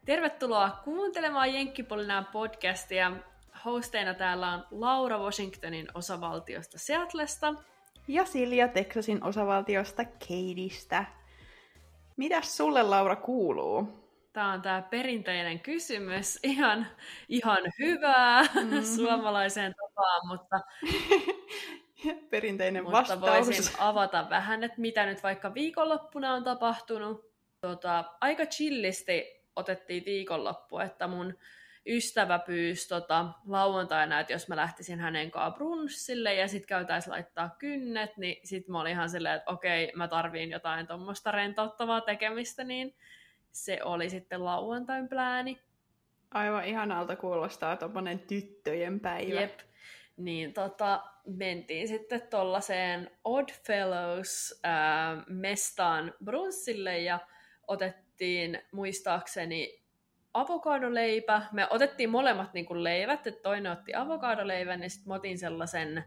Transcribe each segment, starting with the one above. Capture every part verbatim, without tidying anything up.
Tervetuloa kuuntelemaan Jenkkipolinää podcastia. Hosteina täällä on Laura Washingtonin osavaltiosta Seattlesta. Ja Silja Texasin osavaltiosta Katiestä. Mitäs sulle, Laura, kuuluu? Tämä on tämä perinteinen kysymys. Ihan, ihan hyvää mm-hmm. suomalaiseen tapaan, mutta, perinteinen mutta vastaus. voisin avata vähän, että mitä nyt vaikka viikonloppuna on tapahtunut. Tota, aika chillisti otettiin viikonloppu, että mun ystävä pyysi tota, lauantaina, että jos mä lähtisin hänen kanssaan brunssille ja sit käytäisiin laittaa kynnet, niin sit mä olin ihan silleen, että okei, mä tarviin jotain tuommoista rentouttavaa tekemistä, niin se oli sitten lauantain plääni. Aivan ihanalta kuulostaa tommonen tyttöjen päivä. Jep. Niin tota, mentiin sitten tollaiseen Oddfellows-mestaan brunssille ja otettiin muistaakseni avokadoleipä. Me otettiin molemmat niin kuin leivät, että toinen otti avokadoleivän ja sitten mä otin sellaisen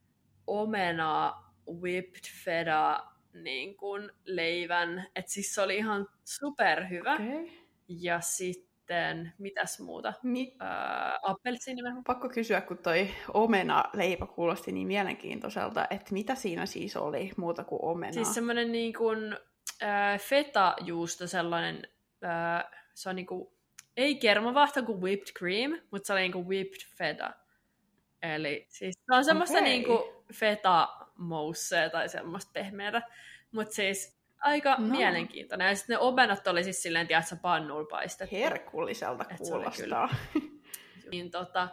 omena whipped feta niin kuin leivän. Että siis se oli ihan superhyvä. Okay. Ja sitten, mitäs muuta? Mi- Ää, appelsiinimehu. Pakko kysyä, kun toi omena-leipä kuulosti niin mielenkiintoiselta, että mitä siinä siis oli muuta kuin omena? Siis semmoinen niin kuin äh, feta-juusto, sellainen, äh, se on niin kuin, ei kermavahto kuin whipped cream, mutta se oli niin kuin whipped feta. Eli siis se on semmoista okay. niin kuin feta-moussea tai semmoista pehmeätä, mutta siis aika no. mielenkiintoinen. Ja sitten ne omenat oli siis silleen, tiedätkö, pannulla paistettu. Herkulliselta kuulostaa. Niin tota,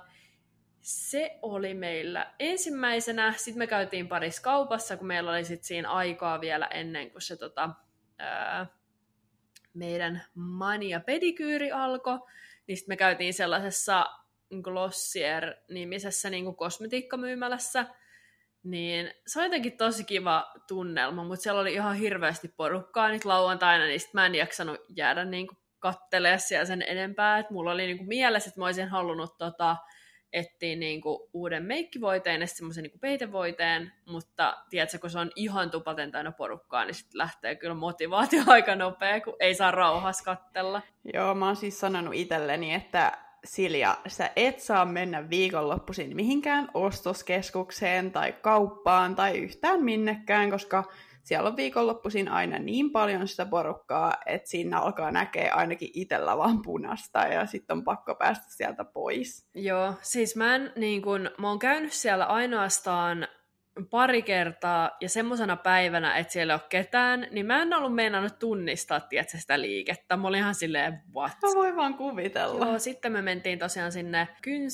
se oli meillä ensimmäisenä. Sitten me käytiin parissa kaupassa, kun meillä oli sit siinä aikaa vielä ennen kuin se tota, ää, meidän mania pedikyyri alkoi. Niin sitten me käytiin sellaisessa Glossier-nimisessä niin kuin kosmetiikkamyymälässä. Niin se on jotenkin tosi kiva tunnelma, mutta siellä oli ihan hirveästi porukkaa nyt lauantaina, niin sit mä en jaksanut jäädä niin kuin kattelemaan siellä sen enempää. Et mulla oli niin kuin mielessä, että mä olisin halunnut tota, etsiä niin kuin uuden meikkivoiteen ja semmoisen niin kuin peitevoiteen, mutta tiedätkö, kun se on ihan tupaten täynnä porukkaa, niin sitten lähtee kyllä motivaatio aika nopea, kun ei saa rauhassa kattella. Joo, mä oon siis sanonut itselleni, että Silja, sä et saa mennä viikonloppuisin mihinkään ostoskeskukseen tai kauppaan tai yhtään minnekään, koska siellä on viikonloppuisin aina niin paljon sitä porukkaa, että siinä alkaa näkee ainakin itsellä vaan punasta ja sitten on pakko päästä sieltä pois. Joo, siis mä, en, niin kun, mä oon käynyt siellä ainoastaan pari kertaa ja semmosena päivänä, että siellä ei ole ketään, niin mä en ollut meinannut tunnistaa, tiedätkö, sitä liikettä. Mä olin ihan silleen, what? Mä voin vaan kuvitella. Joo, sitten me mentiin tosiaan sinne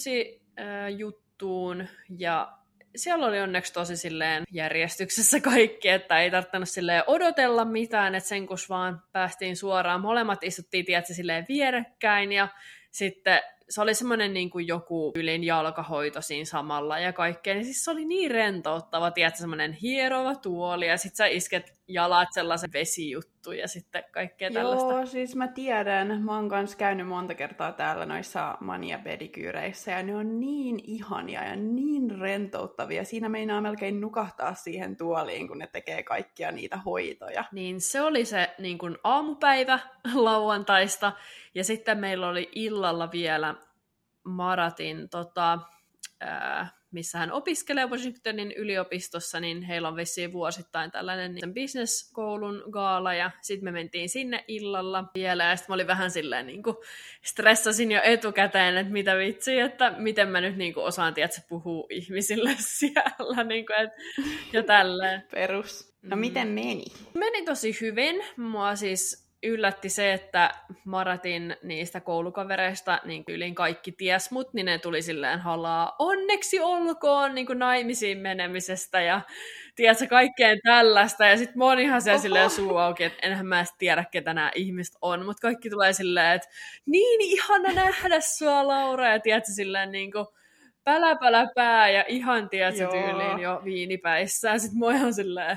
kynsijuttuun ja siellä oli onneksi tosi silleen järjestyksessä kaikki, että ei tarvinnut silleen odotella mitään, että sen kun vaan päästiin suoraan. Molemmat istuttiin, tiedätkö, silleen vierekkäin ja sitten se oli semmoinen niin kuin joku ylin jalkahoito siinä samalla ja kaikkea. Niin siis se oli niin rentouttava, tiedätkö, semmoinen hierova tuoli ja sitten sä isket jalat sellaisen vesijuttu ja sitten kaikkea tällaista. Joo, siis mä tiedän. Mä oon kanssa käynyt monta kertaa täällä noissa mania pedikyyreissä ja ne on niin ihania ja niin rentouttavia. Siinä meinaa melkein nukahtaa siihen tuoliin, kun ne tekee kaikkia niitä hoitoja. Niin se oli se niin kuin aamupäivä lauantaista ja sitten meillä oli illalla vielä Maratin, tota, ää, missä hän opiskelee Washingtonin yliopistossa, niin heillä on vissiin vuosittain tällainen niin business-koulun gaala, ja sitten me mentiin sinne illalla vielä, ja sitten mä olin vähän silleen, niin kuin stressasin jo etukäteen, että mitä vitsi, että miten mä nyt niin kuin osaan, tiedätkö, puhua ihmisille siellä, niin kuin, et, ja tälleen. Perus. No miten meni? Meni tosi hyvin. Mua siis yllätti se, että Maratin niistä koulukavereista niin yliin kaikki ties mut, niin ne tuli silleen halaa onneksi olkoon niin kuin naimisiin menemisestä ja tiedätkö, kaikkeen tällaista. Ja sit mä oon ihan siellä silleen suu auki, että enhän mä edes tiedä, ketä nämä ihmiset on, mutta kaikki tulee silleen, että niin ihana nähdä sua, Laura, ja tiedätkö, silleen niin kuin pälä, pälä, pää, ja ihan tiedätkö, tyyliin jo viinipäissään. Sit mä oon ihan silleen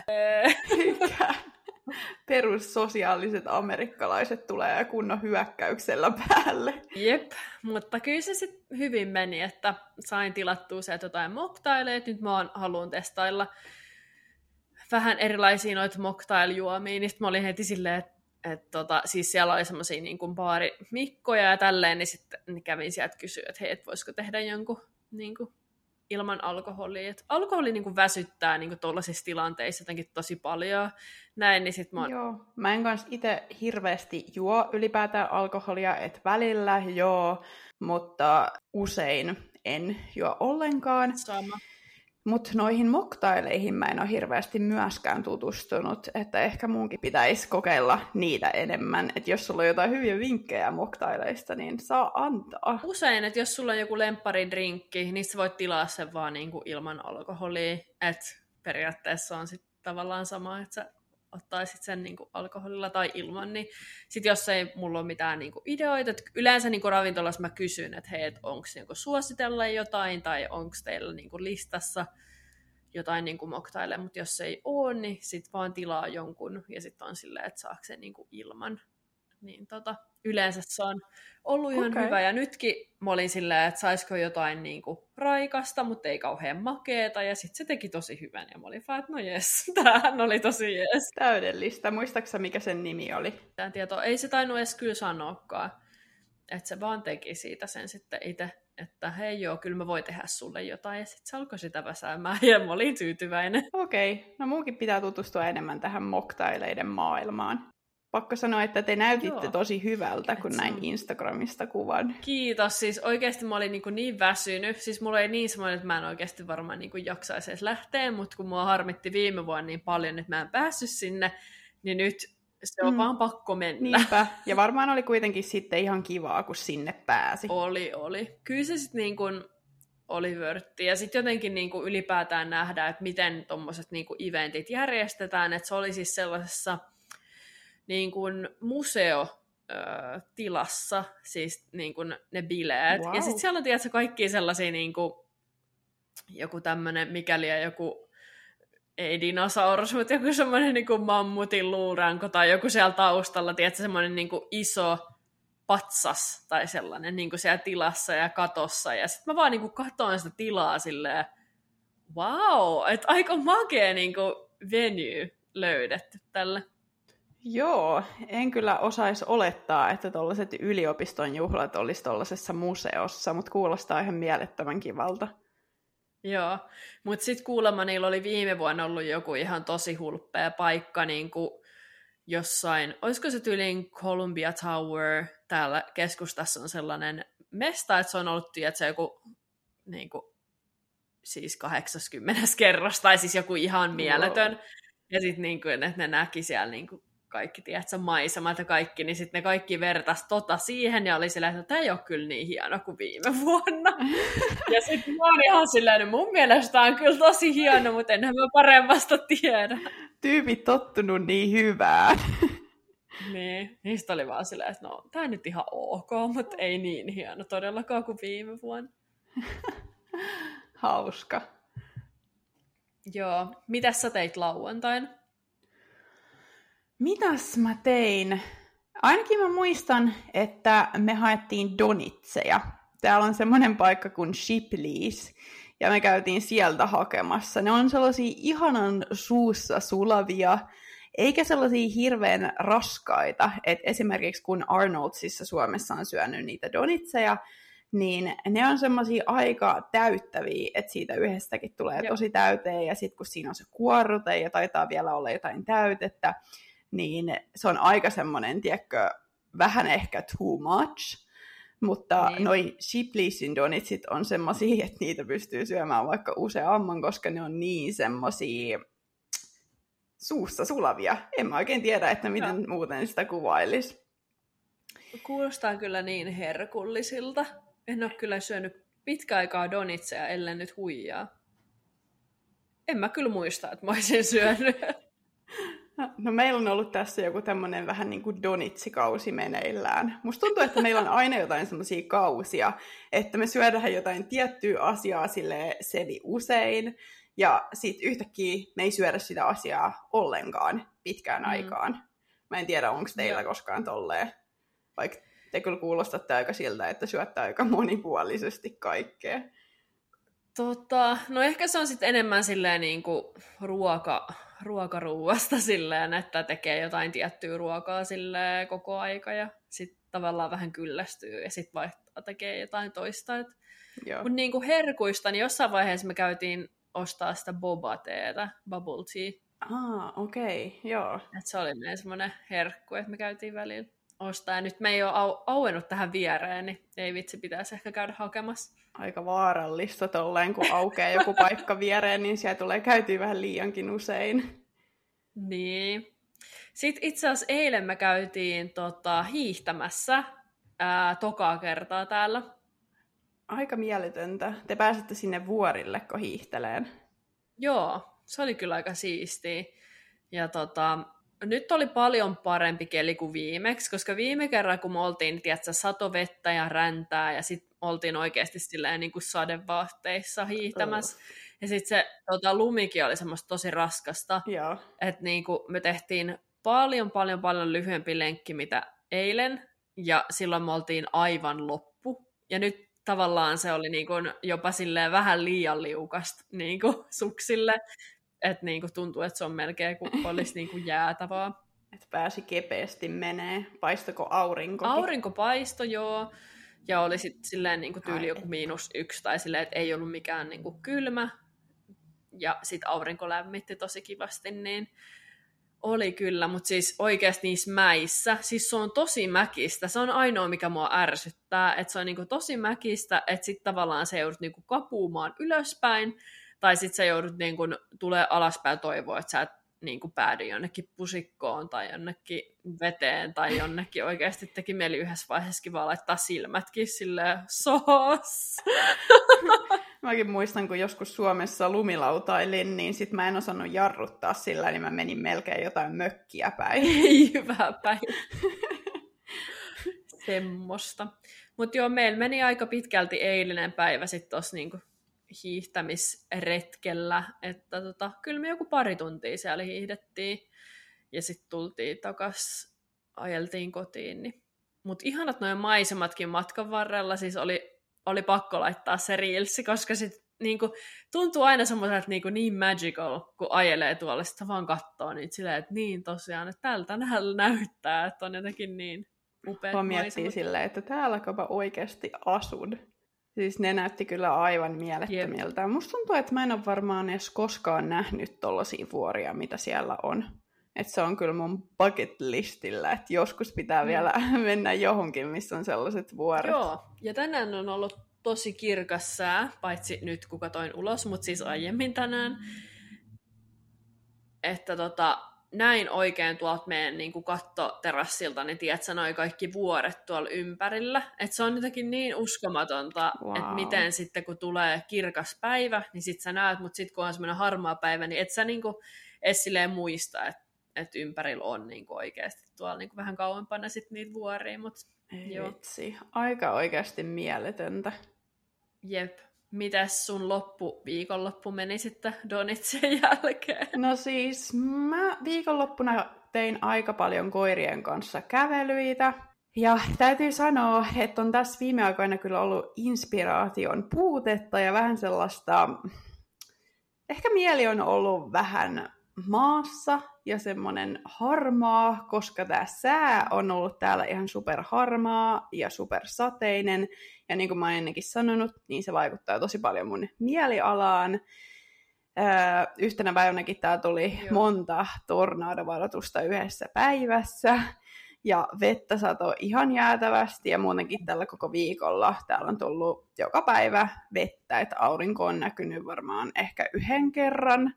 perussosiaaliset amerikkalaiset tulee kunnon hyökkäyksellä päälle. Jep, mutta kyllä se sitten hyvin meni, että sain tilattua sieltä jotain moktaileja, nyt mä oon, haluan testailla vähän erilaisia noita mocktail-juomia, niin sitten mä olin heti silleen, että Et tota, siis siellä oli semmoisia niin kuin baarimikkoja ja tälleen, niin sitten niin kävin sieltä kysyä, että hei, et voisiko tehdä jonkun niin kuin ilman alkoholia. Et alkoholi niin kuin väsyttää niin kuin tuollaisissa tilanteissa jotenkin tosi paljon. Näin, niin sit mä oon... Joo, mä en kanssa itse hirveästi juo ylipäätään alkoholia, että välillä joo, mutta usein en juo ollenkaan. Sama. Mutta noihin moktaileihin mä en ole hirveästi myöskään tutustunut, että ehkä munkin pitäisi kokeilla niitä enemmän. Että jos sulla on jotain hyviä vinkkejä moktaileista, niin saa antaa. Usein, että jos sulla on joku lempparidrinkki, niin sä voit tilaa sen vaan niinku ilman alkoholia. Että periaatteessa on sitten tavallaan sama, että sä ottaisit sen niinku alkoholilla tai ilman. Niin sit jos ei mulla ole mitään niinku ideoita, että yleensä niinku ravintolassa mä kysyn, että hei, et onko niinku suositella jotain tai onko teillä niinku listassa jotain niinku moktaille, mutta jos ei ole, niin sit vaan tilaa jonkun ja sitten on silleen, että saako se niinku ilman. Niin tota, yleensä se on ollut ihan okay. hyvä. Ja nytkin mä olin silleen, että saisiko jotain niinku raikasta, mutta ei kauhean makeeta. Ja sitten se teki tosi hyvän. Ja mä olin vaan, että no jes, tämähän oli tosi jes. Täydellistä. Muistaaksä, mikä sen nimi oli? Tämä tieto ei se tainnut edes kyllä sanoakaan. Että se vaan teki siitä sen sitten itse, että hei joo, kyllä mä voin tehdä sulle jotain. Ja sitten se alkoi sitä väsäämään ja mä olin tyytyväinen. Okei, okay. No munkin pitää tutustua enemmän tähän moktaileiden maailmaan. Pakko sanoa, että te näytitte Joo. tosi hyvältä, kun Et näin on... Instagramista kuvan. Kiitos. Siis oikeasti mä olin niin, niin väsynyt. Siis mulla ei niin semmoinen, että mä en oikeasti varmaan niin jaksaisi edes lähteä, mutta kun mua harmitti viime vuonna niin paljon, että mä en päässyt sinne, niin nyt se on mm. vaan pakko mennä. Niinpä. Ja varmaan oli kuitenkin sitten ihan kivaa, kun sinne pääsi. Oli, oli. Kyllä se sitten niin kuin oli vörtti. Ja sitten jotenkin niin kuin ylipäätään nähdä, että miten tommoset niin kuin eventit järjestetään. Että se oli siis sellaisessa... niin kuin museotilassa, siis niin kuin ne bileet. Wow. Ja sitten siellä on tietysti kaikkia sellaisia, niin kuin, joku tämmöinen, mikäli ja joku, ei dinosaurus, mutta joku semmoinen niin kuin mammutin luuranko tai joku siellä taustalla, tiedätkö, semmoinen niin kuin iso patsas tai sellainen niin kuin siellä tilassa ja katossa. Ja sitten mä vaan niin kuin katoin sitä tilaa silleen, wow, että aika makea niin kuin venue löydetty tälle. Joo, en kyllä osaisi olettaa, että tuollaiset yliopiston juhlat olisi tuollaisessa museossa, mutta kuulostaa ihan mielettömän kivalta. Joo, mutta sitten kuulemma niillä oli viime vuonna ollut joku ihan tosi hulppea paikka niin kuin jossain, olisiko se tyyliin Columbia Tower, täällä keskustassa on sellainen mesta, että se on ollut tiedätkö, joku niin kuin, siis kahdeksankymmentä kerros, tai siis joku ihan mieletön. Wow. Ja sitten niin kuin, että ne näki siellä niin kuin kaikki, tiedätkö, maisemat ja kaikki, niin sitten ne kaikki vertas tota siihen, ja oli silleen, että tämä ei ole kyllä niin hieno kuin viime vuonna. Ja sitten mä oon ihan silleen, että mun mielestä on kyllä tosi hieno, mutta enhän mä paremmasta tiedä. Tyypit tottunut niin hyvään. Niin, niistä oli vaan silleen, että no, tää on nyt ihan ok, mutta ei niin hieno todellakaan kuin viime vuonna. Hauska. Joo, mitäs sä teit lauantaina? Mitäs mä tein? Ainakin mä muistan, että me haettiin donitseja. Täällä on semmoinen paikka kuin Shipley's, ja me käytiin sieltä hakemassa. Ne on sellaisia ihanan suussa sulavia, eikä sellaisia hirveän raskaita. Et esimerkiksi kun Arnoldsissa Suomessa on syönyt niitä donitseja, niin ne on semmoisia aika täyttäviä, että siitä yhdestäkin tulee Joo. tosi täyteen, ja sitten kun siinä on se kuorrute ja taitaa vielä olla jotain täytettä, niin se on aika semmoinen, tiedätkö, vähän ehkä too much, mutta niin. Noi Shipley'sin donitsit on semmoisia, että niitä pystyy syömään vaikka useamman, koska ne on niin semmoisia suussa sulavia. En mä oikein tiedä, että miten no. muuten sitä kuvailisi. Kuulostaa kyllä niin herkullisilta. En ole kyllä syönyt pitkä aikaa donitseja, ellei nyt huijaa. En mä kyllä muista, että mä olisin syönyt. No meillä on ollut tässä joku tämmöinen vähän niin kuin donitsikausi meneillään. Musta tuntuu, että meillä on aina jotain semmoisia kausia, että me syödään jotain tiettyä asiaa silleen seli usein, ja sitten yhtäkkiä me ei syödä sitä asiaa ollenkaan pitkään mm. aikaan. Mä en tiedä, onko teillä ja. koskaan tolleen, vaikka te kyllä kuulostatte aika siltä, että syöttää aika monipuolisesti kaikkea. Tota, no ehkä se on sitten enemmän silleen niin kuin ruoka, ruokaruuasta silleen, että tekee jotain tiettyä ruokaa silleen koko aika ja sitten tavallaan vähän kyllästyy ja sitten vaihtaa tekee jotain toista. Mutta niinku herkuista, niin jossain vaiheessa me käytiin ostaa sitä boba-teetä, bubble tea. Ah, okei, okay, joo. Et se oli meidän semmoinen herkku, että me käytiin välillä ostaa. Ja nyt me ei ole au- auennut tähän viereen, niin ei vitsi, pitäisi ehkä käydä hakemassa. Aika vaarallista tolleen, kun aukeaa joku paikka viereen, niin siellä tulee käytyä vähän liiankin usein. Niin. Sitten itse asiassa eilen me käytiin tota, hiihtämässä ää, tokaa kertaa täällä. Aika mieletöntä. Te pääsette sinne vuorille, kun hiihteleen. Joo, se oli kyllä aika siistiä. Ja tota, nyt oli paljon parempi keli kuin viimeksi, koska viime kerran, kun me oltiin, tiedätkö, satovettä ja räntää, ja sitten oltiin oikeasti silleen niin kuin sadevaatteissa hiihtämässä. Oh. Ja sitten se tota, lumikin oli semmoista tosi raskasta. Joo. Että niin kuin me tehtiin paljon, paljon, paljon lyhyempi lenkki, mitä eilen, ja silloin me oltiin aivan loppu. Ja nyt tavallaan se oli niin kuin jopa silleen vähän liian liukasta niin kuin suksille. Että niinku tuntuu, että se on melkein kuin olisi niinku jäätävää. Että pääsi kepeästi menee. Paistoko aurinko? Aurinko paisto, joo. Ja oli sitten silleen niinku tyyli Ai. joku miinus yksi, tai silleen, että ei ollut mikään niinku kylmä. Ja sitten aurinko lämmitti tosi kivasti, niin oli kyllä. Mutta siis oikeasti niissä mäissä, siis se on tosi mäkistä. Se on ainoa, mikä mua ärsyttää. Että se on niinku tosi mäkistä, että sitten tavallaan se joudut niinku kapuumaan ylöspäin. Tai sitten sä joudut niin kun, tulee alaspäin toivoa, että sä et niin kun, päädy jonnekin pusikkoon tai jonnekin veteen tai jonnekin. Oikeasti teki mieli yhdessä vaiheessakin vaan laittaa silmätkin silleen sos. Mäkin muistan, kun joskus Suomessa lumilautailin, niin sit mä en osannut jarruttaa sillä, niin mä menin melkein jotain mökkiä päin. Ei hyvää päin. Semmosta. Mutta joo, meillä meni aika pitkälti eilinen päivä sitten tossa niinku hiihtämisretkellä, että tota, kyllä me joku pari tuntia siellä hiihdettiin ja sitten tultiin takas, ajeltiin kotiin. Niin. Mutta ihanat noin maisematkin matkan varrella, siis oli, oli pakko laittaa se reelsi, koska sit niinku, tuntuu aina semmoiselta niinku, niin magical, kun ajelee tuolla, sitten vaan katsoo niitä silleen, että niin tosiaan, että tältä näyttää, että on jotenkin niin upeat Mä maisemat. miettii silleen, että täälläköpä oikeasti asun. Siis ne näytti kyllä aivan mielettömiltä. Yep. Musta tuntuu, että mä en ole varmaan edes koskaan nähnyt tollaisia vuoria, mitä siellä on. Että se on kyllä mun bucket listillä, että joskus pitää mm. vielä mennä johonkin, missä on sellaiset vuoret. Joo, ja tänään on ollut tosi kirkas sää, paitsi nyt kun katoin ulos, mutta siis aiemmin tänään. Että tota, näin oikein tuolta meidän niin kuin kattoterassilta, niin tiedätkö, noi kaikki vuoret tuolla ympärillä. Että se on jotenkin niin uskomatonta, wow. Että miten sitten kun tulee kirkas päivä, niin sit sä näet, mutta sitten kun on semmoinen harmaa päivä, niin et sä niin kuin edes silleen muista, että et ympärillä on niin kuin oikeasti tuolla niin kuin vähän kauempana sit niitä vuoria. Mut, ei joo. vitsi, aika oikeasti mieletöntä. Jep. Mitäs sun loppu, viikonloppu meni sitten Donitsen jälkeen? No siis mä viikonloppuna tein aika paljon koirien kanssa kävelyitä. Ja täytyy sanoa, että on tässä viime aikoina kyllä ollut inspiraation puutetta ja vähän sellaista, ehkä mieli on ollut vähän maassa ja semmoinen harmaa, koska tämä sää on ollut täällä ihan superharmaa ja supersateinen. Ja niin kuin mä oon ennenkin sanonut, niin se vaikuttaa tosi paljon mun mielialaan. Öö, yhtenä päivänäkin tää tuli Joo. monta tornadovaroitusta yhdessä päivässä. Ja vettä satoi ihan jäätävästi ja muutenkin tällä koko viikolla täällä on tullut joka päivä vettä, että aurinko on näkynyt varmaan ehkä yhden kerran.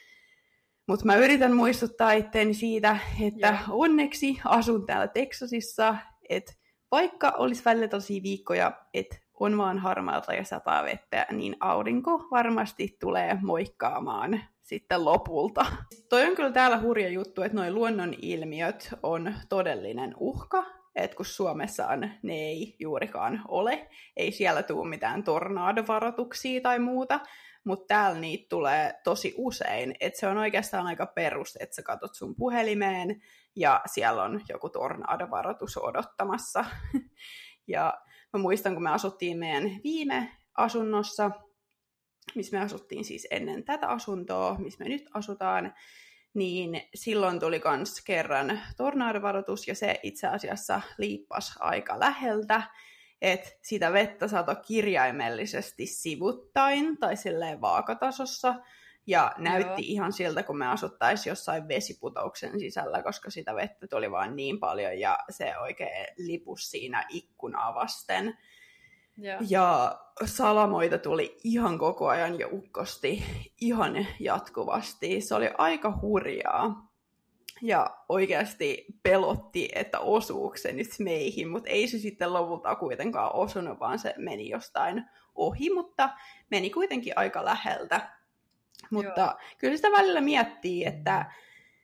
Mutta mä yritän muistuttaa itteeni siitä, että Joo. onneksi asun täällä Texasissa, että vaikka olisi välillä tosi viikkoja, että on vaan harmaalta ja sataa vettä, niin aurinko varmasti tulee moikkaamaan sitten lopulta. Toi on kyllä täällä hurja juttu, että noi luonnonilmiöt on todellinen uhka, että kun Suomessaan ne ei juurikaan ole, ei siellä tule mitään tornadovaroituksia tai muuta, mutta täällä niitä tulee tosi usein, että se on oikeastaan aika perus, että sä katot sun puhelimeen ja siellä on joku tornadovaroitus odottamassa. Ja mä muistan, kun me asuttiin meidän viime asunnossa, missä me asuttiin siis ennen tätä asuntoa, missä me nyt asutaan, niin silloin tuli kans kerran tornadovaroitus, ja se itse asiassa liippasi aika läheltä, että sitä vettä sato kirjaimellisesti sivuttain tai silleen vaakatasossa, ja näytti Joo. ihan siltä, kun me asuttaisiin jossain vesiputouksen sisällä, koska sitä vettä tuli vaan niin paljon, ja se oikein lipusi siinä ikkunaa vasten. Joo. Ja salamoita tuli ihan koko ajan ja ukkosti ihan jatkuvasti. Se oli aika hurjaa. Ja oikeasti pelotti, että osuuko se nyt meihin, mutta ei se sitten lopulta kuitenkaan osunut, vaan se meni jostain ohi, mutta meni kuitenkin aika läheltä. Mutta Joo. kyllä sitä välillä miettii, että,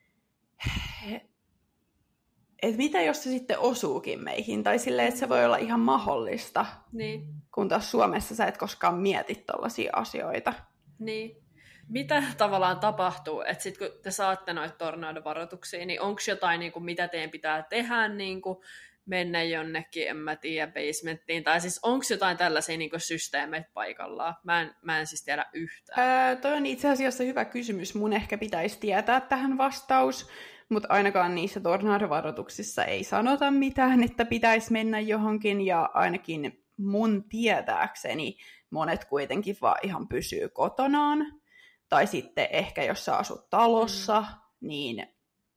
että mitä jos se sitten osuukin meihin, tai silleen, että se voi olla ihan mahdollista, niin. kun taas Suomessa sä et koskaan mieti tollaisia asioita. Niin. Mitä tavallaan tapahtuu, että sitten kun te saatte noita tornadovaroituksia, niin onko jotain, niin kuin, mitä teidän pitää tehdä, niin kuin mennä jonnekin, en mä tiedä, basementtiin, tai siis onko jotain tällaisia niin kuin systeemeitä paikallaan? Mä en, mä en siis tiedä yhtään. Öö, toi on itse asiassa hyvä kysymys. Mun ehkä pitäisi tietää tähän vastaus, mutta ainakaan niissä tornadovaroituksissa ei sanota mitään, että pitäisi mennä johonkin, ja ainakin mun tietääkseni monet kuitenkin vaan ihan pysyy kotonaan. Tai sitten ehkä jos sä asut talossa, mm. niin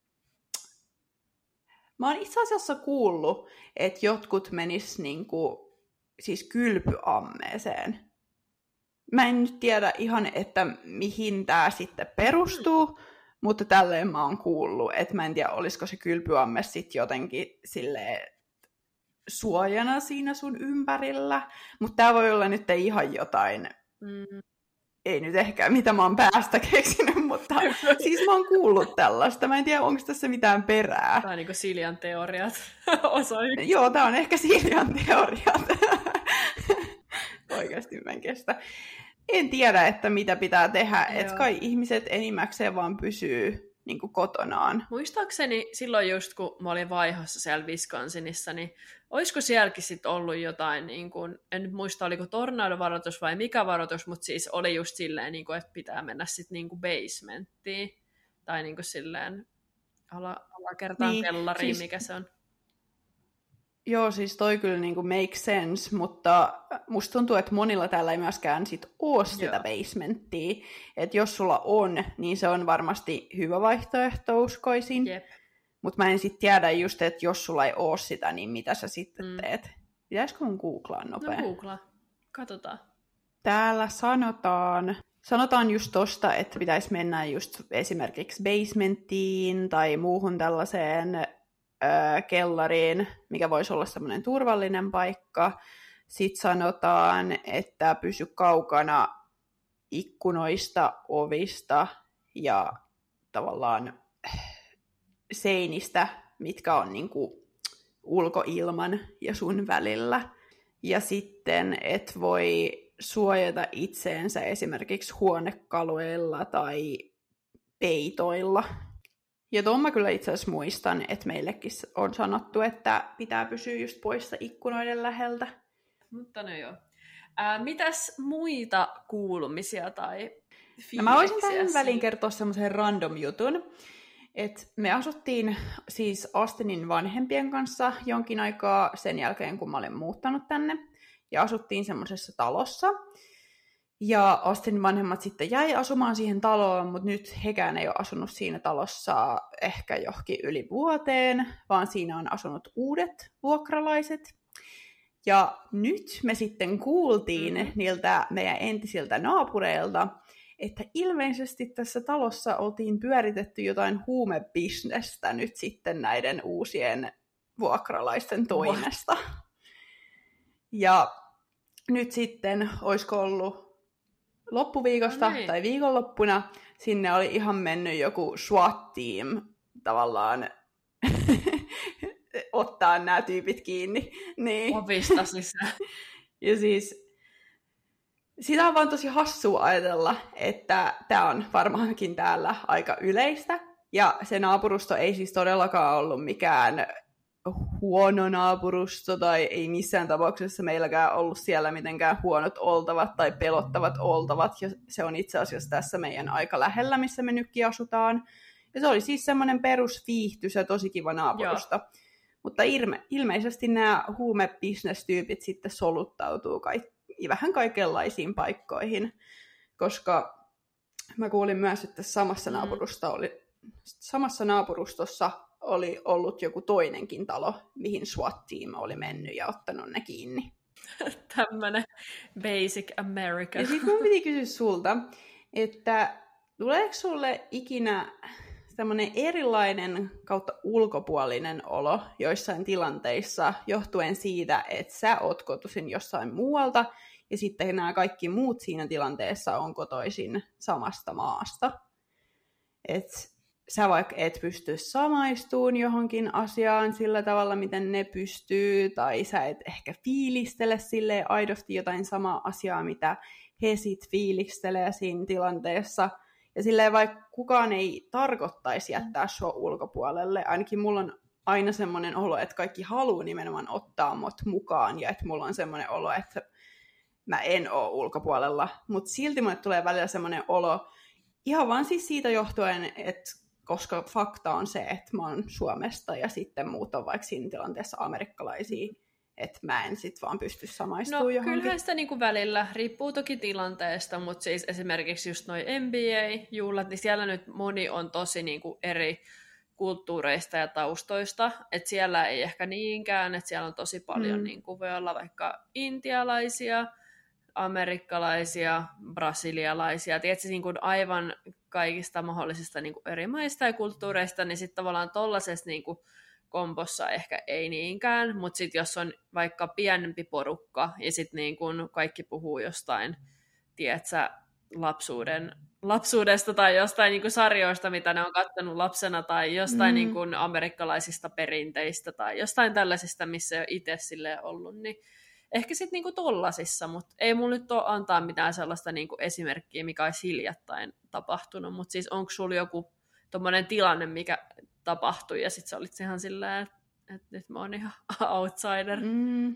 mä oon itse asiassa kuullut, että jotkut menis niinku, siis kylpyammeeseen. Mä en nyt tiedä ihan, että mihin tää sitten perustuu, mm. mutta tälleen mä oon kuullut, että mä en tiedä, olisiko se kylpyamme sitten jotenkin silleen suojana siinä sun ympärillä. Mutta tää voi olla nyt ihan jotain... Mm. Ei nyt ehkä, mitä mä oon päästä keksinyt, mutta siis mä oon kuullut tällaista. Mä en tiedä, onko tässä mitään perää. Tämä on niin kuin Siljan teoriat. Osa yksi. Joo, tää on ehkä Siljan teoriat. Oikeasti mä en kestä. En tiedä, että mitä pitää tehdä. Että kai ihmiset enimmäkseen vaan pysyy niin kuin kotonaan. Muistaakseni silloin just, kun mä olin vaihossa siellä Wisconsinissa, niin olisiko sielläkin sitten ollut jotain, niin kuin, en nyt muista, oliko tornadovaroitus vai mikä varoitus, mutta siis oli just silleen, niin kuin, että pitää mennä sitten niin kuin basementtiin, tai niin kuin silleen ala, alakertaan niin, kellariin, siis... mikä se on. Joo, siis toi kyllä niin kuin make sense, mutta musta tuntuu, että monilla täällä ei myöskään sit ole sitä Joo. basementtia. Että jos sulla on, niin se on varmasti hyvä vaihtoehto, uskoisin. Jep. Mutta mä en sitten tiedä just, että jos sulla ei ole sitä, niin mitä sä sitten mm. teet. Pitäisikö mun googlaa nopea? No googlaa. Katsotaan. Täällä sanotaan, sanotaan just tosta, että pitäisi mennä just esimerkiksi basementtiin tai muuhun tällaiseen... kellariin, mikä voisi olla semmoinen turvallinen paikka. Sitten sanotaan, että pysy kaukana ikkunoista, ovista ja tavallaan seinistä, mitkä on niin kuin ulkoilman ja sun välillä. Ja sitten, et voi suojata itseensä esimerkiksi huonekaluilla tai peitoilla. Ja tuon mä kyllä itse asiassa muistan, että meillekin on sanottu, että pitää pysyä just poissa ikkunoiden läheltä. Mutta no joo. Ää, mitäs muita kuulumisia tai fiiliksiä? No mä voisin tähän väliin kertoa semmoisen random jutun. Että me asuttiin siis Austinin vanhempien kanssa jonkin aikaa sen jälkeen, kun mä olin muuttanut tänne. Ja asuttiin semmoisessa talossa. Ja Austin vanhemmat sitten jäi asumaan siihen taloon, mutta nyt hekään ei ole asunut siinä talossa ehkä johonkin yli vuoteen, vaan siinä on asunut uudet vuokralaiset. Ja nyt me sitten kuultiin mm-hmm. niiltä meidän entisiltä naapureilta, että ilmeisesti tässä talossa oltiin pyöritetty jotain huumebisnestä nyt sitten näiden uusien vuokralaisten toimesta. What? Ja nyt sitten, olisiko ollut loppuviikosta no niin. tai viikonloppuna, sinne oli ihan mennyt joku SWAT-team tavallaan ottaa nämä tyypit kiinni. Niin. Ovista sisään. Ja siis sitä on vaan tosi hassua ajatella, että tämä on varmaankin täällä aika yleistä. Ja se naapurusto ei siis todellakaan ollut mikään huono naapurusto, tai ei missään tapauksessa meilläkään ollut siellä mitenkään huonot oltavat tai pelottavat oltavat, ja se on itse asiassa tässä meidän aika lähellä, missä me nytkin asutaan. Ja se oli siis semmoinen perusviihtys ja tosi kiva naapurusta. Joo. Mutta ilme, ilmeisesti nämä huumebisnestyypit sitten soluttautuu kaikki, vähän kaikenlaisiin paikkoihin, koska mä kuulin myös, että samassa, mm. naapurusta oli, samassa naapurustossa oli ollut joku toinenkin talo, mihin SWAT-team oli mennyt ja ottanut ne kiinni. Tämmönen basic America. Ja sitten mun piti kysyä sulta, että tuleeko sulle ikinä tämmöinen erilainen kautta ulkopuolinen olo joissain tilanteissa, johtuen siitä, että sä oot kotoisin jossain muualta, ja sitten nämä kaikki muut siinä tilanteessa on kotoisin samasta maasta. Että sä vaikka et pysty samaistumaan johonkin asiaan sillä tavalla, miten ne pystyy, tai sä et ehkä fiilistele silleen aidosti jotain samaa asiaa, mitä he sit fiilistelee siinä tilanteessa. Ja silleen vaikka kukaan ei tarkoittaisi jättää sua ulkopuolelle, ainakin mulla on aina semmoinen olo, että kaikki haluaa nimenomaan ottaa mut mukaan, ja että mulla on semmoinen olo, että mä en oo ulkopuolella. Mutta silti mulle tulee välillä semmoinen olo, ihan vaan siis siitä johtuen, että koska fakta on se, että mä oon Suomesta, ja sitten muut on vaikka siinä tilanteessa amerikkalaisia, että mä en sit vaan pysty samaistumaan no, johonkin. No kyllähän sitä niinku välillä, riippuu toki tilanteesta, mutta siis esimerkiksi just noi N B A-juhlat, niin siellä nyt moni on tosi niinku eri kulttuureista ja taustoista, että siellä ei ehkä niinkään, että siellä on tosi paljon, mm. niinku voi olla vaikka intialaisia, amerikkalaisia, brasilialaisia, tietysti niinku aivan kaikista mahdollisista niinku eri maista ja kulttuureista, niin sitten tavallaan tollaisessa niinku kombossa ehkä ei niinkään, mutta sitten jos on vaikka pienempi porukka ja sitten niin kun kaikki puhuu jostain, tiedätkö, lapsuuden, lapsuudesta tai jostain niin kun sarjoista, mitä ne on kattanut lapsena, tai jostain mm. niin kun amerikkalaisista perinteistä tai jostain tällaisista, missä ei ole itse silleen ollut, niin ehkä sitten niin kun tollasissa, mutta ei mulla nyt ole antaa mitään sellaista niin kun esimerkkiä, mikä olisi hiljattain tapahtunut, mutta siis onko sulla joku tommoinen tilanne, mikä tapahtui, ja sitten sä olit ihan silleen, että, että nyt mä oon ihan outsider. Mm.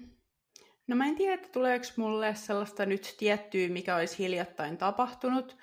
No mä en tiedä, että tuleeko mulle sellaista nyt tiettyä, mikä olisi hiljattain tapahtunut,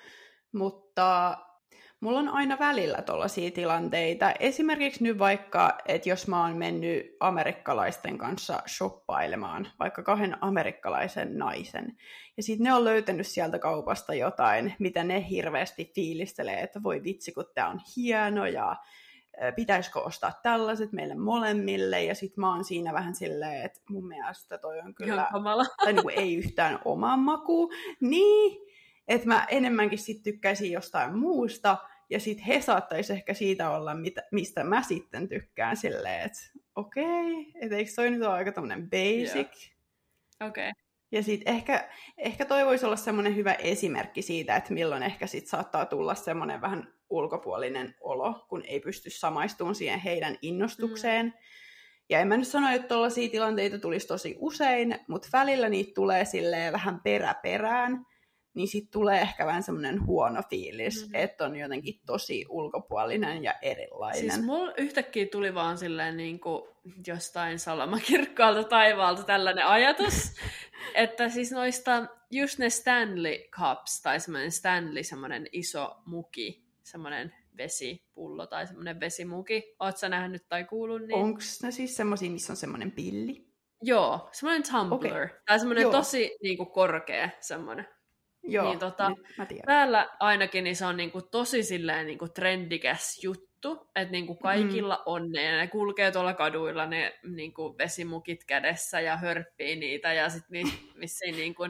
mutta mulla on aina välillä tollaisia tilanteita. Esimerkiksi nyt vaikka, että jos mä oon mennyt amerikkalaisten kanssa shoppailemaan, vaikka kahden amerikkalaisen naisen, ja sitten ne on löytänyt sieltä kaupasta jotain, mitä ne hirveästi fiilistelee, että voi vitsi, kun tää on hieno, ja pitäisikö ostaa tällaiset meille molemmille, ja sit mä oon siinä vähän silleen, että mun mielestä toi on kyllä, tai niinku ei yhtään oman maku, niin, että mä enemmänkin sit tykkäisin jostain muusta, ja sit he saattaisi ehkä siitä olla, mitä, mistä mä sitten tykkään silleen, että okei, okay, että eikö toi nyt ole aika tämmönen basic. Yeah. Okei. Okay. Ja sitten ehkä, ehkä toi voisi olla semmoinen hyvä esimerkki siitä, että milloin ehkä sit saattaa tulla semmoinen vähän ulkopuolinen olo, kun ei pysty samaistumaan siihen heidän innostukseen. Mm. Ja en mä nyt sano, että tollaisia tilanteita tulisi tosi usein, mutta välillä niitä tulee silleen vähän peräperään, niin sitten tulee ehkä vähän semmoinen huono fiilis, mm. että on jotenkin tosi ulkopuolinen ja erilainen. Siis mulla yhtäkkiä tuli vaan silleen niin kuin jostain salamakirkkaalta taivaalta tällainen ajatus, että siis noista just ne Stanley Cups tai semmoinen Stanley, semmoinen iso muki, semmoinen vesipullo tai semmoinen vesimuki. Ootko sä nähnyt tai kuullut niin? Onko ne siis semmoisia, missä on semmoinen pilli? Joo, semmoinen tumbler. Okay. Tai semmoinen Joo. tosi niin kuin korkea semmoinen. Joo, niin, tota, mä tiedän. Täällä ainakin niin se on niinku tosi silleen niinku trendikäs juttu, että niinku kaikilla mm. on ne, ja ne kulkee tuolla kaduilla ne niinku vesimukit kädessä ja hörppii niitä, ja sitten vissiin niinku,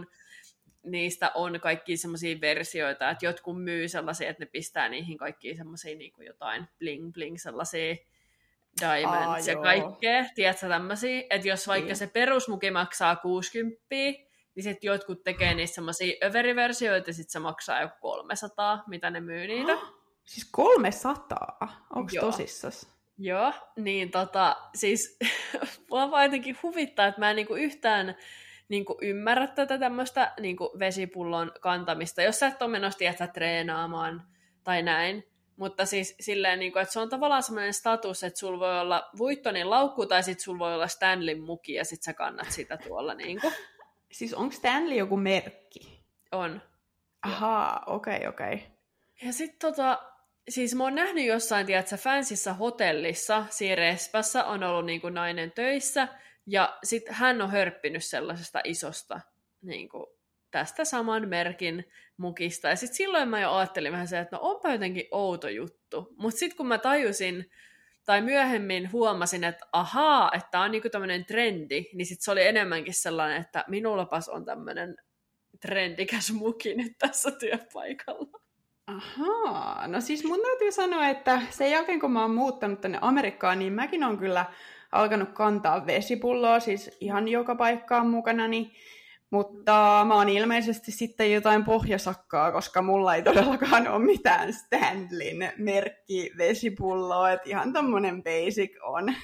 niistä on kaikkia semmoisia versioita, että jotkut myy sellaisia, että ne pistää niihin kaikkiin semmoisia niinku jotain bling-bling sellaisia diamonds Aa, ja kaikkea, tiedätkö tämmöisiä, että jos vaikka niin. se perusmuki maksaa kuusikymmentä, niin sitten jotkut tekee niistä semmosia överiversioita, ja sitten se maksaa joku kolmesataa, mitä ne myy niitä. Siis kolmesataa? Onko tosissas? Joo, niin tota, siis mua vaan jotenkin huvittaa, että mä en niinku yhtään niinku ymmärrä tätä tämmöistä niinku vesipullon kantamista, jos sä et ole menossa tietää treenaamaan tai näin. Mutta siis silleen, niinku, että se on tavallaan semmoinen status, että sulla voi olla Vuittonin laukku, tai sitten sulla voi olla Stanley muki, ja sitten sä kannat sitä tuolla niinku. Siis onko Stanley joku merkki? On. Ahaa, okei, okay, okei. Okay. Ja sitten tota, siis mä oon nähnyt jossain, tiedätkö, fansissa hotellissa, siinä Respassa on ollut niin kuin nainen töissä, ja sitten hän on hörppinyt sellaisesta isosta niin kuin, tästä saman merkin mukista. Ja sitten silloin mä jo ajattelin vähän se, että no onpa jotenkin outo juttu. Mutta sitten kun mä tajusin, tai myöhemmin huomasin, että ahaa, että tää on niinku tämmöinen trendi, niin sitten se oli enemmänkin sellainen, että minullapas on tämmöinen trendikäs muki nyt tässä työpaikalla. Ahaa, no siis mun täytyy sanoa, että sen jälkeen kun mä oon muuttanut tänne Amerikkaan, niin mäkin on kyllä alkanut kantaa vesipulloa, siis ihan joka paikkaan mukanani, mutta mä oon ilmeisesti sitten jotain pohjasakkaa, koska mulla ei todellakaan ole mitään Stanleyn merkki vesipulloa, että ihan tommonen basic on.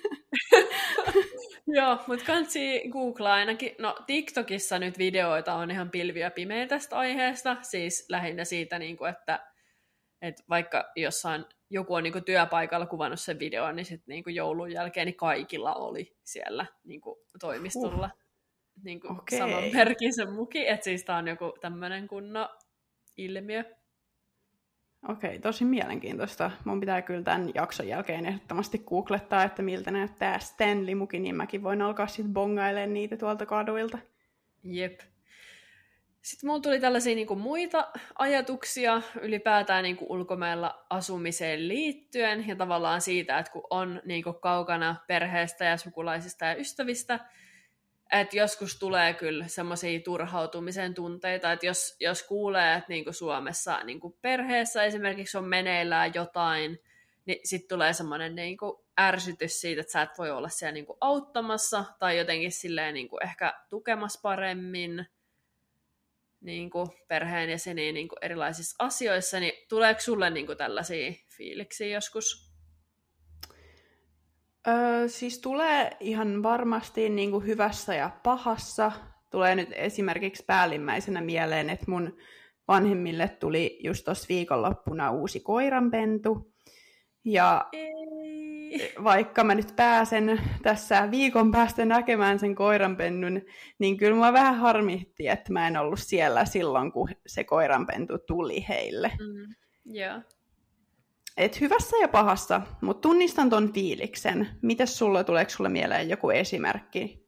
Joo, mutta kansi googlaa ainakin. No TikTokissa nyt videoita on ihan pilviä pimeä tästä aiheesta, siis lähinnä siitä, että, että vaikka jossain joku on työpaikalla kuvannut sen videon, niin sitten joulun jälkeen niin kaikilla oli siellä toimistolla. Uh. Niin kuin okay. Saman merkin sen muki, että siis tää on joku tämmönen kunnon ilmiö. Okei, okay, tosi mielenkiintoista. Mun pitää kyllä tämän jakson jälkeen ehdottomasti googlettaa, että miltä näyttää Stanley-muki, niin mäkin voin alkaa sitten bongailemaan niitä tuolta kaduilta. Jep. Sitten mulla tuli tällaisia niin kuin muita ajatuksia ylipäätään niin kuin ulkomailla asumiseen liittyen, ja tavallaan siitä, että kun on niin kuin kaukana perheestä ja sukulaisista ja ystävistä, että joskus tulee kyllä semmoisia turhautumisen tunteita, että jos, jos kuulee, että niinku Suomessa niinku perheessä esimerkiksi on meneillään jotain, niin sitten tulee semmoinen niinku ärsytys siitä, että sä et voi olla siellä niinku auttamassa tai jotenkin silleen niinku ehkä tukemassa paremmin niinku perheenjäseniä niinku erilaisissa asioissa, niin tuleeko sulle niinku tällaisia fiiliksiä joskus? Öö, siis tulee ihan varmasti niin kuin hyvässä ja pahassa. Tulee nyt esimerkiksi päällimmäisenä mieleen, että mun vanhemmille tuli just tuossa viikonloppuna uusi koiranpentu. Ja Ei. vaikka mä nyt pääsen tässä viikon päästä näkemään sen koiranpennun, niin kyllä mua vähän harmitti, että mä en ollut siellä silloin, kun se koiranpentu tuli heille. Mm, yeah. Et hyvässä ja pahassa, mutta tunnistan ton fiiliksen. Mites sulle, tuleeko sulle mieleen joku esimerkki?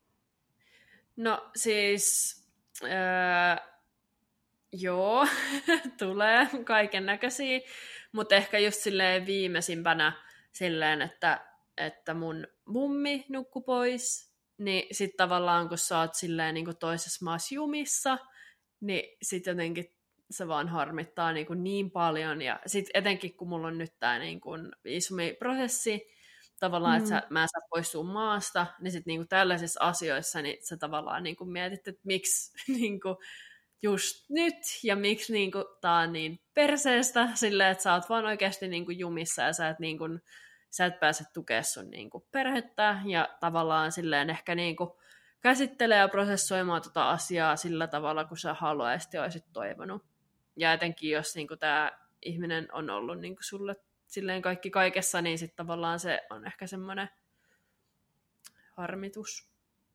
No siis, äh, joo, tulee kaiken näköisiä, mutta ehkä just silleen viimeisimpänä silleen, että, että mun mummi nukkui pois, niin sit tavallaan kun sä oot silleen niin kuin toisessa maassa jumissa, niin sit jotenkin se vaan harmittaa niin, kuin niin paljon. Ja sitten etenkin, kun mulla on nyt tämä niin viisumiprosessi, tavallaan, mm. että sä, mä en saa poistua maasta, niin sitten niin tällaisissa asioissa niin sä tavallaan niin kuin mietit, että miksi niin kuin just nyt, ja miksi niin kuin, tää on niin perseestä, silleen, että sä oot vaan oikeasti niin kuin jumissa, ja sä et, niin kuin, sä et pääse tukemaan sun niin kuin perhettä, ja tavallaan silleen ehkä niin kuin käsittelee ja prosessoimaan tota asiaa sillä tavalla, kun sä haluaisit ja olisit toivonut. Ja etenkin, jos niin tämä ihminen on ollut niin sulle silleen kaikki kaikessa, niin sitten tavallaan se on ehkä semmoinen harmitus.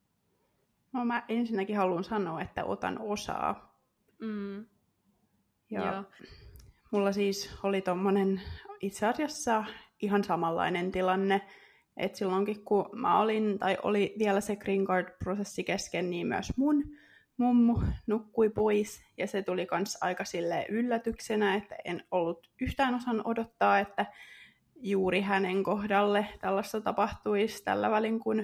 No mä ensinnäkin haluan sanoa, että otan osaa. Mm. Ja Joo. Mulla siis oli tommonen itse asiassa ihan samanlainen tilanne, että silloinkin kun mä olin, tai oli vielä se Green Card-prosessi kesken, niin myös mun mummu nukkui pois, ja se tuli kans aika silleen yllätyksenä, että en ollut yhtään osannut odottaa, että juuri hänen kohdalle tällaista tapahtuisi tällä välin, kun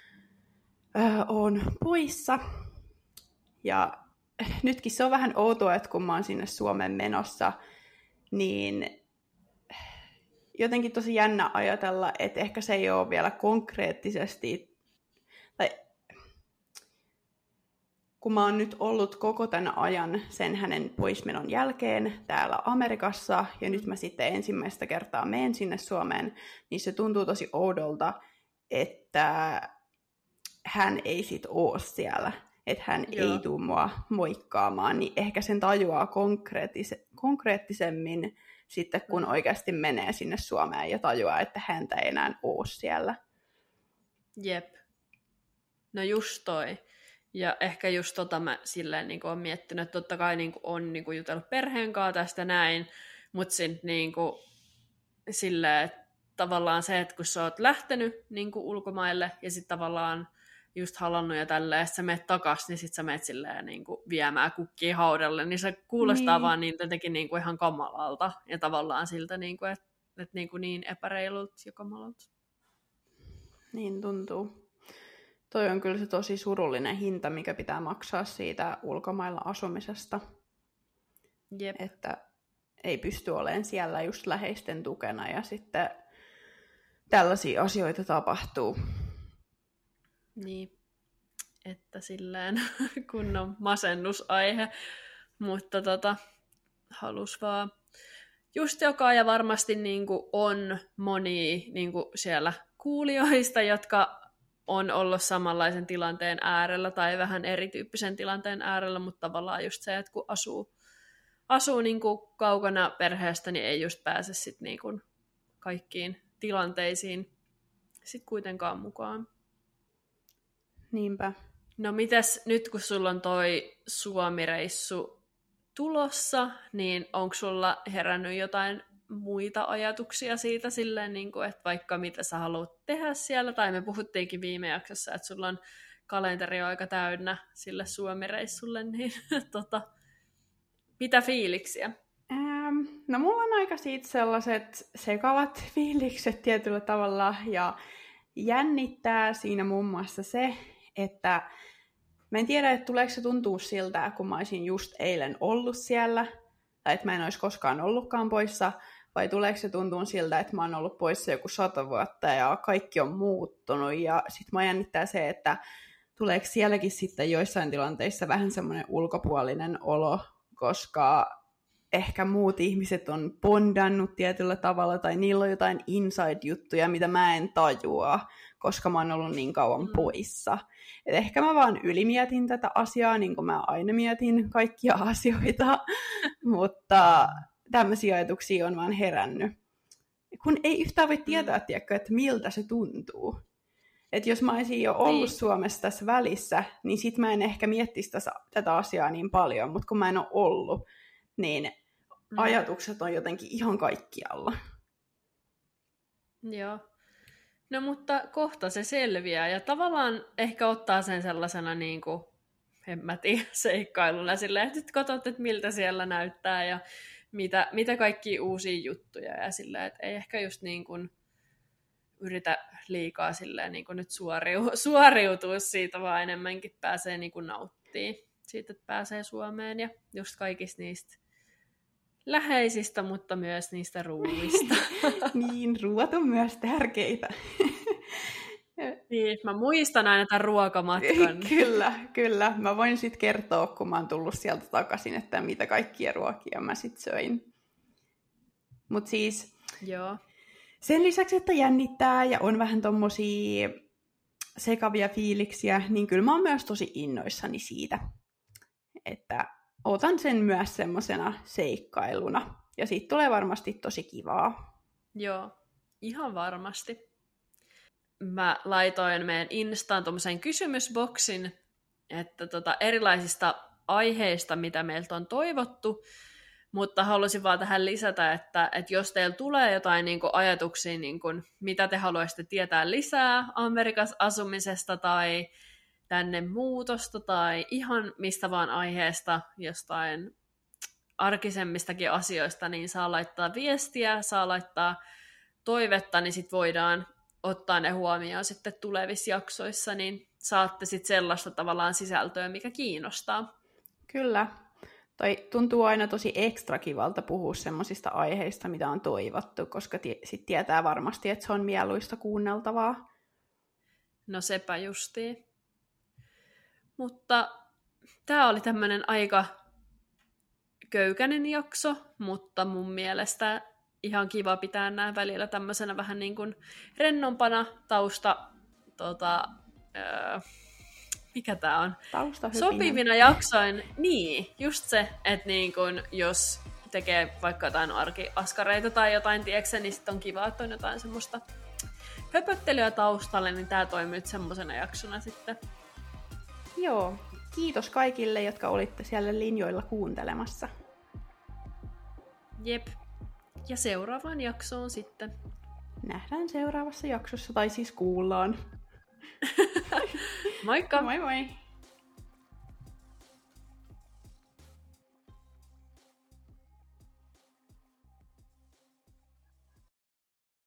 äh, on poissa. Ja nytkin se on vähän outoa, että kun mä oon sinne Suomeen menossa, niin jotenkin tosi jännä ajatella, että ehkä se ei ole vielä konkreettisesti, tai kun mä oon nyt ollut koko tämän ajan sen hänen poismenon jälkeen täällä Amerikassa, ja nyt mä sitten ensimmäistä kertaa menen sinne Suomeen, niin se tuntuu tosi oudolta, että hän ei sit oo siellä, että hän Joo. ei tuu mua moikkaamaan, niin ehkä sen tajuaa konkreettis- konkreettisemmin sitten, kun oikeasti menee sinne Suomeen ja tajuaa, että häntä ei enää oo siellä. Jep. No just toi. Ja ehkä just tota mä silleen niin oon miettinyt, että totta kai niin on niin jutellut perheen kanssa tästä näin, mutta sitten niin silleen, että tavallaan se, että kun sä oot lähtenyt niin kuin ulkomaille ja sitten tavallaan just halannut ja tälleen, ja sä menet takas, niin sit sä menet silleen niin kuin viemään kukkia haudalle, niin se kuulostaa niin. vaan niin jotenkin niin kuin ihan kamalalta ja tavallaan siltä, niin kuin, että, että niin, kuin niin epäreilut ja kamalalta. Niin tuntuu. Toi on kyllä se tosi surullinen hinta, mikä pitää maksaa siitä ulkomailla asumisesta. Jep. Että ei pysty olemaan siellä just läheisten tukena ja sitten tällaisia asioita tapahtuu. Niin, että silleen kunnon masennusaihe, mutta tota, halus vaan just joka ja varmasti niinku on monia niinku siellä kuulijoista, jotka on ollut samanlaisen tilanteen äärellä tai vähän erityyppisen tilanteen äärellä, mutta tavallaan just se, että kun asuu, asuu niinku kaukana perheestä, niin ei just pääse sit niinku kaikkiin tilanteisiin sit kuitenkaan mukaan. Niinpä. No mitäs nyt, kun sulla on toi Suomi-reissu tulossa, niin onko sulla herännyt jotain muita ajatuksia siitä silleen, niin kuin, että vaikka mitä sä haluat tehdä siellä, tai me puhuttiinkin viime jaksossa, että sulla on kalenteri aika täynnä sille Suomi-reissulle, niin tota, mitä fiiliksiä? Ähm, no mulla on aika siitä sellaiset sekavat fiilikset tietyllä tavalla, ja jännittää siinä muun muassa se, että mä en tiedä, että tuleeko se tuntua siltä, kun mä olisin just eilen ollut siellä, tai että mä en olisi koskaan ollutkaan poissa, vai tuleeko se tuntua siltä, että mä oon ollut poissa joku sata vuotta ja kaikki on muuttunut, ja sit mä jännittää se, että tuleeko sielläkin sitten joissain tilanteissa vähän semmoinen ulkopuolinen olo, koska ehkä muut ihmiset on bondannut tietyllä tavalla, tai niillä on jotain inside-juttuja, mitä mä en tajua, koska mä oon ollut niin kauan poissa. Et ehkä mä vaan ylimietin tätä asiaa, niin kuin mä aina mietin kaikkia asioita, mutta tämmöisiä ajatuksia on vaan herännyt. Kun ei yhtään voi tietää, tiedätkö, että miltä se tuntuu. Että jos mä olisin jo ollut niin. Suomessa tässä välissä, niin sit mä en ehkä miettisi tässä, tätä asiaa niin paljon, mutta kun mä en ole ollut, niin mm. ajatukset on jotenkin ihan kaikkialla. Joo. No mutta kohta se selviää ja tavallaan ehkä ottaa sen sellaisena niin kuin, en mä tiedä, seikkailuna silleen, että nyt katsot, että miltä siellä näyttää ja mitä, mitä kaikkia uusia juttuja ja silleen, että ei ehkä just niin kuin yritä liikaa silleen niin kuin nyt suoriu, suoriutua siitä, vaan enemmänkin pääsee niin kuin nauttimaan siitä, että pääsee Suomeen ja just kaikista niistä läheisistä, mutta myös niistä ruuista. Niin, ruoat on myös tärkeitä. Niin, mä muistan aina tämän ruokamatkan. Kyllä, kyllä. Mä voin sitten kertoa, kun mä oon tullut sieltä takaisin, että mitä kaikkia ruokia mä sit söin. Mut siis Joo. Sen lisäksi, että jännittää ja on vähän tommosia sekavia fiiliksiä, niin kyllä mä oon myös tosi innoissani siitä, että otan sen myös semmosena seikkailuna. Ja siitä tulee varmasti tosi kivaa. Joo, ihan varmasti. Mä laitoin meidän Instaan tommoseen kysymysboksin, että tota erilaisista aiheista, mitä meiltä on toivottu, mutta haluaisin vaan tähän lisätä, että, että jos teillä tulee jotain niin kuin ajatuksia, niin kuin, mitä te haluaisitte tietää lisää Amerikassa asumisesta tai tänne muutosta tai ihan mistä vaan aiheesta, jostain arkisemmistakin asioista, niin saa laittaa viestiä, saa laittaa toivetta, niin sitten voidaan ottaa ne huomioon sitten tulevissa jaksoissa, niin saatte sitten sellaista tavallaan sisältöä, mikä kiinnostaa. Kyllä. Tai tuntuu aina tosi ekstra kivalta puhua semmoisista aiheista, mitä on toivottu, koska t- sit tietää varmasti, että se on mieluista kuunneltavaa. No sepä justiin. Mutta tämä oli tämmöinen aika köykäinen jakso, mutta mun mielestä ihan kiva pitää nämä välillä tämmöisenä vähän niin kuin rennompana tausta, tota, öö, mikä tää on? Sopivina jaksoin. Niin, just se, että niin kun, jos tekee vaikka jotain arkiaskareita tai jotain, tiedätkö, niin sitten on kiva, että on jotain semmoista höpöttelyä taustalle, niin tää toimii nyt semmosena jaksona sitten. Joo, kiitos kaikille, jotka olitte siellä linjoilla kuuntelemassa. Jep. Ja seuraavaan jaksoon sitten. Nähdään seuraavassa jaksossa, tai siis kuullaan. Moikka! Moi moi!